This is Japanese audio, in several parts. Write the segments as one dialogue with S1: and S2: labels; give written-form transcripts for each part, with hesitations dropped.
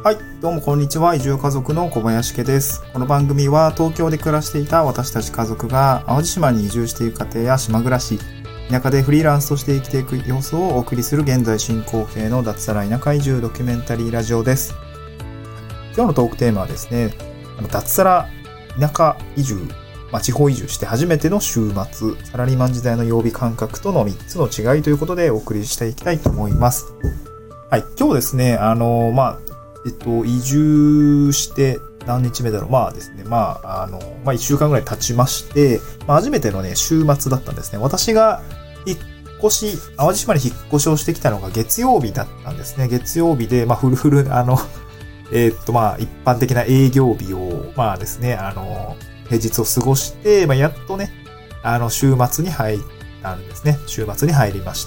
S1: はい、どうもこんにちは。移住家族の小林家です。この番組は東京で暮らしていた私たち家族が淡路島に移住している家庭や島暮らし、田舎でフリーランスとして生きていく様子をお送りする現在進行形の脱サラ田舎移住ドキュメンタリーラジオです。今日のトークテーマはですね、脱サラ田舎移住、地方移住して初めての週末、サラリーマン時代の曜日感覚との3つの違いということでお送りしていきたいと思います。はい、今日ですね、移住して何日目だろう。ですね、1週間ぐらい経ちまして、初めてのね、週末だったんですね。私が淡路島に引っ越しをしてきたのが月曜日だったんですね。月曜日で、フルフル、一般的な営業日を、ですね、平日を過ごして、やっとね、週末に入ったんですね。週末に入りました。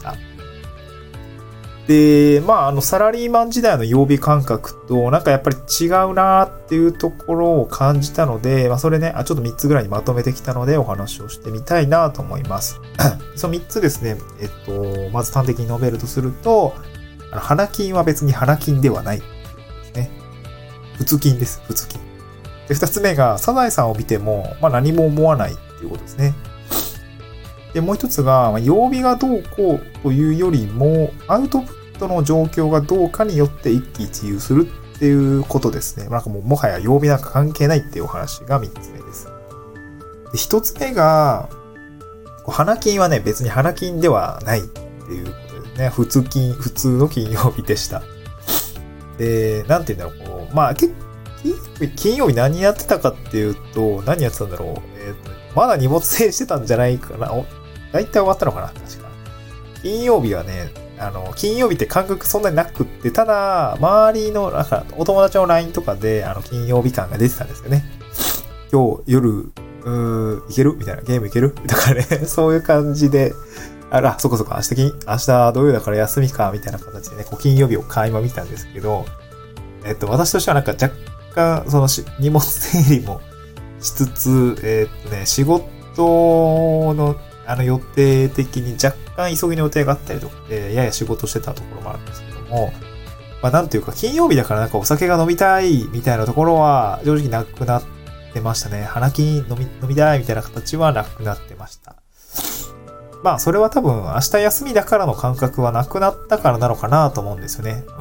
S1: で、サラリーマン時代の曜日感覚と、やっぱり違うなーっていうところを感じたので、それね、ちょっと3つぐらいにまとめてきたのでお話をしてみたいなと思います。その3つですね、まず端的に述べるとすると、花金は別に花金ではないですね。普通金です、普通金。で、2つ目が、サザエさんを見ても、何も思わないっていうことですね。で、もう一つが、曜日がどうこうというよりも、アウトプットの状況がどうかによって一喜一憂するっていうことですね。もはや曜日なんか関係ないっていうお話が3つ目です。で、1つ目が、花金はね、別に花金ではないっていうことですね。普通の金曜日でした。で、なんて言うんだろう、金曜日何やってたかっていうと、何やってたんだろう。まだ荷物整理してたんじゃないかな。だいたい終わったのかな、確か。金曜日はね、金曜日って感覚そんなになくって、ただ、周りの、お友達の LINE とかで、金曜日感が出てたんですよね。今日、夜、いけるみたいな、ゲームいけるだからね、そういう感じで、そこそこ、明日土曜だから休みか、みたいな形でね、金曜日を垣間見たんですけど、私としては若干、荷物整理もしつつ、仕事の、予定的に若干急ぎの予定があったりとかで、やや仕事してたところもあるんですけども、なんていうか、金曜日だからお酒が飲みたいみたいなところは、正直なくなってましたね。花金飲みたいみたいな形はなくなってました。それは多分、明日休みだからの感覚はなくなったからなのかなと思うんですよね。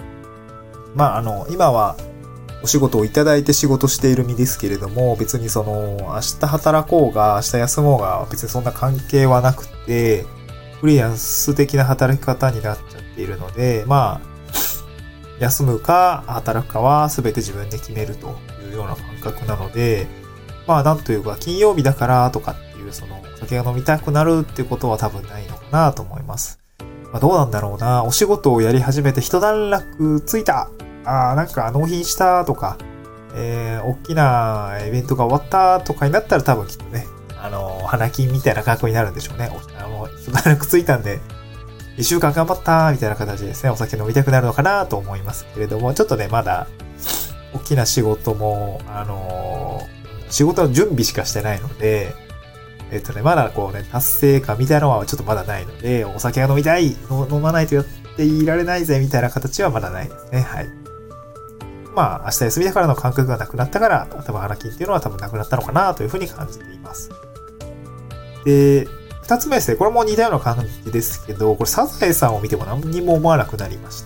S1: 今は、お仕事をいただいて仕事している身ですけれども、別に明日働こうが、明日休もうが、別にそんな関係はなくて、フリーランス的な働き方になっちゃっているので、休むか働くかは全て自分で決めるというような感覚なので、なんというか、金曜日だからとかっていう、お酒が飲みたくなるってことは多分ないのかなと思います。どうなんだろうな。お仕事をやり始めて一段落ついた。納品したとか、大きなイベントが終わったとかになったら多分きっとね、花金みたいな格好になるんでしょうね。一段落ついたんで、一週間頑張ったみたいな形でですね、お酒飲みたくなるのかなと思いますけれども、ちょっとね、まだ、大きな仕事も、仕事の準備しかしてないので、まだ達成感みたいなのはちょっとまだないので、お酒が飲みたい、飲まないとやっていられないぜみたいな形はまだないですね。はい。明日休みだからの感覚がなくなったから、多分花金っていうのは多分なくなったのかなというふうに感じています。で、二つ目ですね。これも似たような感じですけど、これサザエさんを見ても何にも思わなくなりました。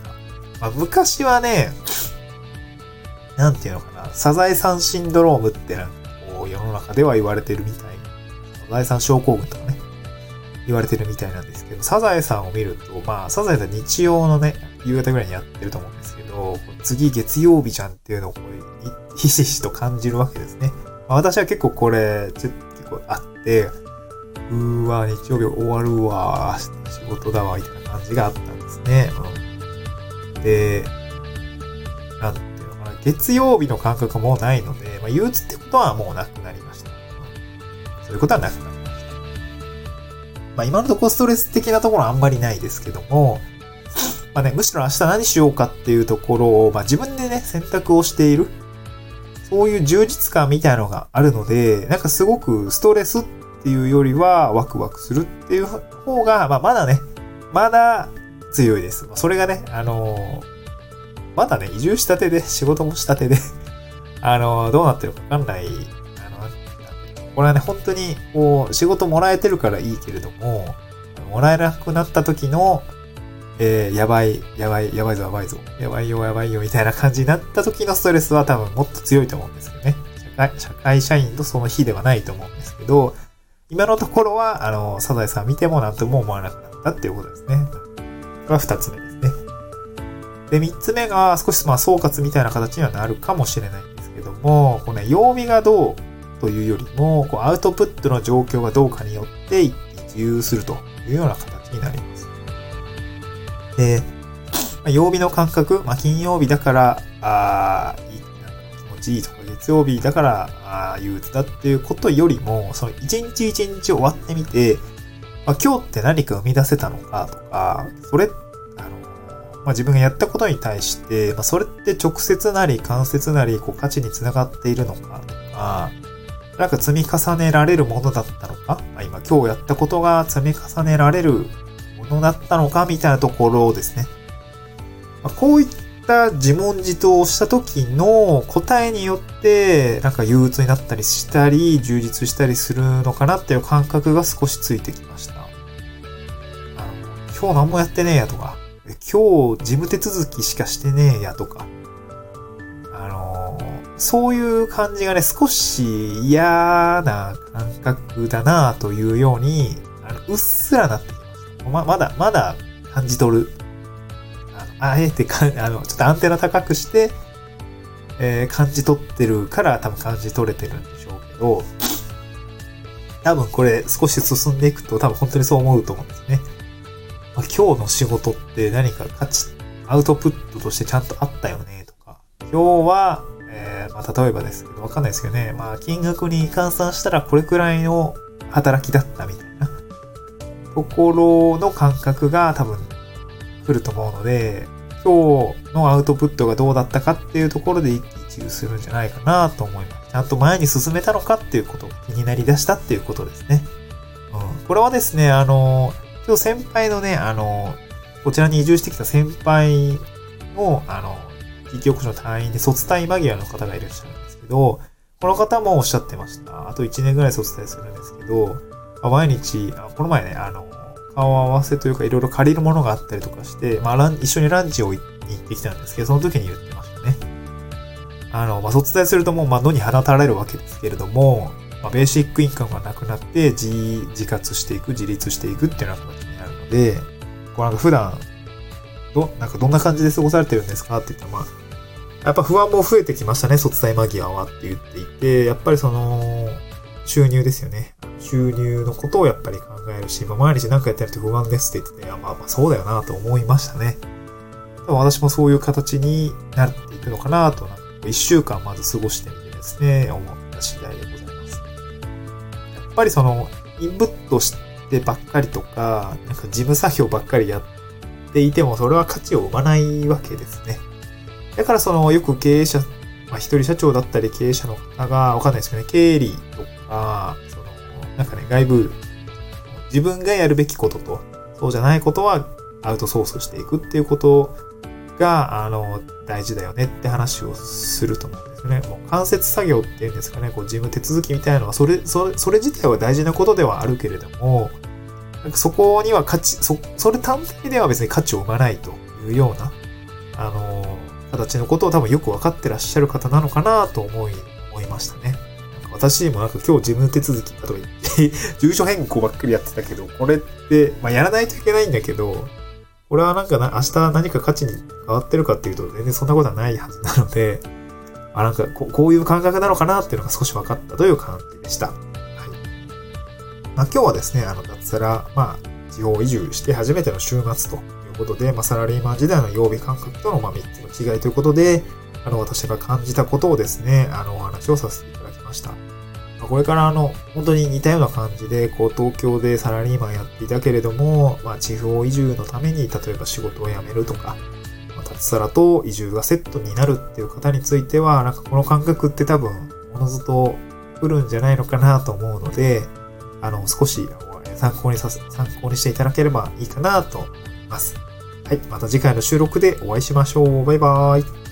S1: 昔はね、なんていうのかな、サザエさんシンドロームって世の中では言われてるみたい。サザエさん症候群とかね、言われてるみたいなんですけど、サザエさんを見ると、サザエさん日曜のね、夕方ぐらいにやってると思うんですけど、次月曜日じゃんっていうのをひしひしと感じるわけですね。私は結構これ、結構あって、日曜日終わるわ、仕事だわ、みたいな感じがあったんですね。で、なんていうのかな、月曜日の感覚もないので、憂鬱ってことはもうなくなりました。そういうことはなくなりました。今のところストレス的なところはあんまりないですけども、むしろ明日何しようかっていうところを、自分でね、選択をしている。そういう充実感みたいなのがあるので、すごくストレスっていうよりはワクワクするっていう方が、まだ強いです。それがね、 まだね、移住したてで、仕事もしたてで、どうなってるかわかんない、これはね、本当に、こう、仕事もらえてるからいいけれども、もらえなくなった時の、やばいぞ、やばいよ、みたいな感じになった時のストレスは多分もっと強いと思うんですよね。社会社員とその日ではないと思うんですけど、今のところは、サザエさん見てもなんとも思わなくなったっていうことですね。これは二つ目ですね。で、三つ目が少し総括みたいな形にはなるかもしれないんですけども、このね、曜日がどうというよりも、こうアウトプットの状況がどうかによって移住するというような形になります。で、曜日の感覚、金曜日だから、気持ちいいとか、月曜日だから、憂鬱だっていうことよりも、その一日一日終わってみて、今日って何か生み出せたのかとか、それ、自分がやったことに対して、それって直接なり間接なり、価値につながっているのかとか、なんか積み重ねられるものだったのか、今日やったことが積み重ねられるものだったのかみたいなところをですね、こういった自問自答をした時の答えによって、なんか憂鬱になったりしたり、充実したりするのかなっていう感覚が少しついてきました。今日何もやってねえやとか、今日事務手続きしかしてねえやとか、そういう感じがね、少し嫌な感覚だなというように、うっすらなってきました。まだ感じ取る。あえてちょっとアンテナ高くして、感じ取ってるから多分感じ取れてるんでしょうけど、多分これ少し進んでいくと多分本当にそう思うと思うんですね。今日の仕事って何か価値、アウトプットとしてちゃんとあったよねとか、今日は、例えばですけど、わかんないですけどね、金額に換算したらこれくらいの働きだったみたいなところの感覚が多分来ると思うので、今日のアウトプットがどうだったかっていうところで一喜一憂するんじゃないかなと思います。ちゃんと前に進めたのかっていうことが気になりだしたっていうことですね。これはですね、今日先輩のね、こちらに移住してきた先輩の、地域おこしの隊員で卒隊間際の方がいらっしゃるんですけど、この方もおっしゃってました。あと1年ぐらい卒隊するんですけど、毎日、この前ね、顔合わせというかいろいろ借りるものがあったりとかして、一緒にランチをに行ってきたんですけど、その時に言ってましたね。卒隊するともう野に放たれるわけですけれども、ベーシックインカムがなくなって自活していく、自立していくっていうような形になるので、なんか普段、どんな感じで過ごされてるんですかって言ったら、やっぱ不安も増えてきましたね、卒隊間際はって言っていて、やっぱり収入ですよね。収入のことをやっぱり考えるし、毎日何かやってると不安ですって言ってて、そうだよなと思いましたね。多分私もそういう形になっていくのかなと、1週間まず過ごしてみてですね、思った次第でございます。やっぱりインプットしてばっかりとか、事務作業ばっかりやっていても、それは価値を生まないわけですね。だからよく経営者、一人社長だったり経営者の方が、わかんないですけどね、経理とか、外部、自分がやるべきことと、そうじゃないことはアウトソースしていくっていうことが、大事だよねって話をすると思うんですよね。もう間接作業っていうんですかね、事務手続きみたいなのは、それ自体は大事なことではあるけれども、そこにはそれ単体では別に価値を生まないというような、形のことを多分よくわかってらっしゃる方なのかなと思いましたね。私も今日事務手続きだとか言って、住所変更ばっかりやってたけど、これって、やらないといけないんだけど、これは明日何か価値に変わってるかっていうと、全然そんなことはないはずなので、こういう感覚なのかなっていうのが少し分かったという感じでした。はい。今日はですね、脱サラ、地方移住して初めての週末ということで、サラリーマン時代の曜日感覚との3つの違いということで、私が感じたことをですね、お話をさせていただきました。これから本当に似たような感じで、東京でサラリーマンやっていたけれども、地方移住のために、例えば仕事を辞めるとか、脱サラと移住がセットになるっていう方については、この感覚って多分、おのずと来るんじゃないのかなと思うので、少し参考にしていただければいいかなと思います。 はい。また次回の収録でお会いしましょう。バイバーイ。